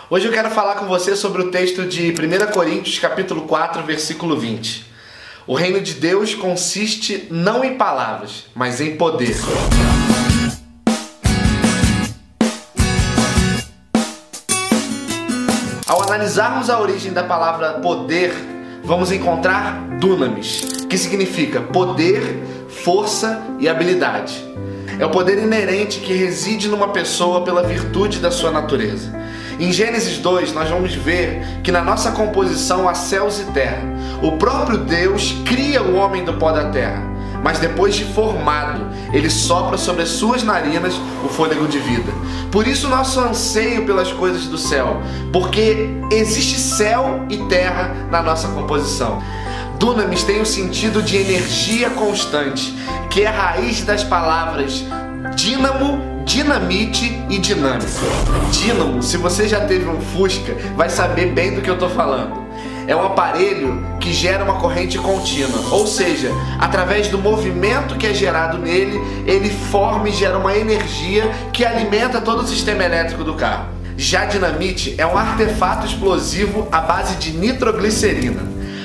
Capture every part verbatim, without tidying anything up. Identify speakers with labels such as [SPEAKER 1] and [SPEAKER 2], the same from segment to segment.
[SPEAKER 1] Hoje eu quero falar com você sobre o texto de primeira Coríntios, capítulo quatro, versículo vinte. O reino de Deus consiste não em palavras, mas em poder. Ao analisarmos a origem da palavra poder, vamos encontrar dunamis, que significa poder, força e habilidade. É o poder inerente que reside numa pessoa pela virtude da sua natureza. Em Gênesis dois, nós vamos ver que na nossa composição há céus e terra. O próprio Deus cria o homem do pó da terra, mas depois de formado, ele sopra sobre as suas narinas o fôlego de vida. Por isso nosso anseio pelas coisas do céu, porque existe céu e terra na nossa composição. Dunamis tem o sentido de energia constante, que é a raiz das palavras dínamo, dinamite e dinâmico. Dínamo, se você já teve um Fusca, vai saber bem do que eu estou falando. É um aparelho que gera uma corrente contínua, ou seja, através do movimento que é gerado nele, ele forma e gera uma energia que alimenta todo o sistema elétrico do carro. Já dinamite é um artefato explosivo à base de nitroglicerina.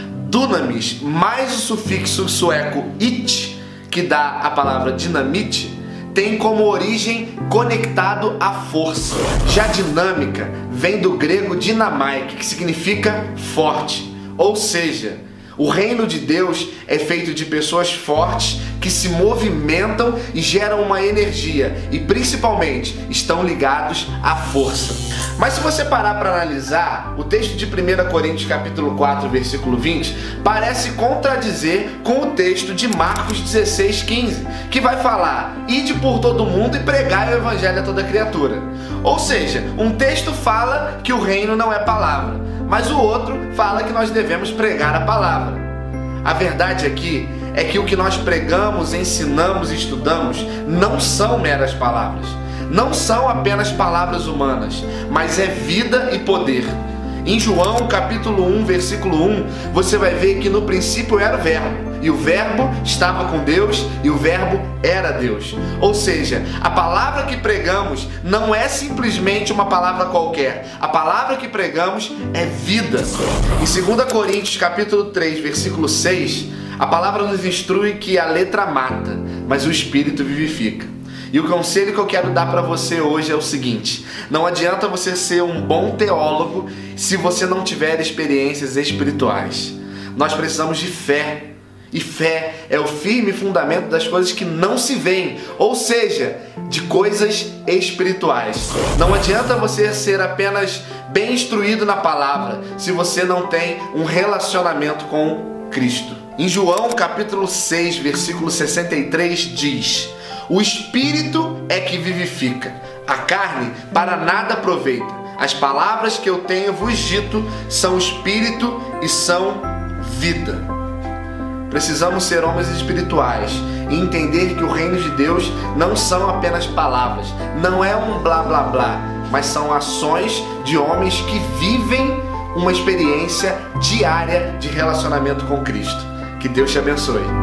[SPEAKER 1] Dunamis mais o sufixo sueco it, que dá a palavra dinamite, tem como origem conectado à força. Já dinâmica vem do grego dinamaik, que significa forte. Ou seja, o reino de Deus é feito de pessoas fortes que se movimentam e geram uma energia e principalmente estão ligados à força. Mas se você parar para analisar, o texto de primeira Coríntios capítulo quatro, versículo vinte, parece contradizer com o texto de Marcos dezesseis, quinze, que vai falar: ide por todo mundo e pregai o evangelho a toda criatura. Ou seja, um texto fala que o reino não é palavra, mas o outro fala que nós devemos pregar a palavra. A verdade aqui é que o que nós pregamos, ensinamos e estudamos não são meras palavras. Não são apenas palavras humanas, mas é vida e poder. Em João capítulo um, versículo um, você vai ver que no princípio era o verbo, e o verbo estava com Deus, e o verbo era Deus. Ou seja, a palavra que pregamos não é simplesmente uma palavra qualquer. A palavra que pregamos é vida. Em segunda Coríntios capítulo três, versículo seis, a palavra nos instrui que a letra mata, mas o espírito vivifica. E o conselho que eu quero dar para você hoje é o seguinte: não adianta você ser um bom teólogo se você não tiver experiências espirituais. Nós precisamos de fé. E fé é o firme fundamento das coisas que não se veem, ou seja, de coisas espirituais. Não adianta você ser apenas bem instruído na palavra se você não tem um relacionamento com Cristo. Em João capítulo seis, versículo sessenta e três diz: o Espírito é que vivifica, a carne para nada aproveita. As palavras que eu tenho vos dito são Espírito e são vida. Precisamos ser homens espirituais e entender que o reino de Deus não são apenas palavras, não é um blá blá blá, mas são ações de homens que vivem uma experiência diária de relacionamento com Cristo. Que Deus te abençoe.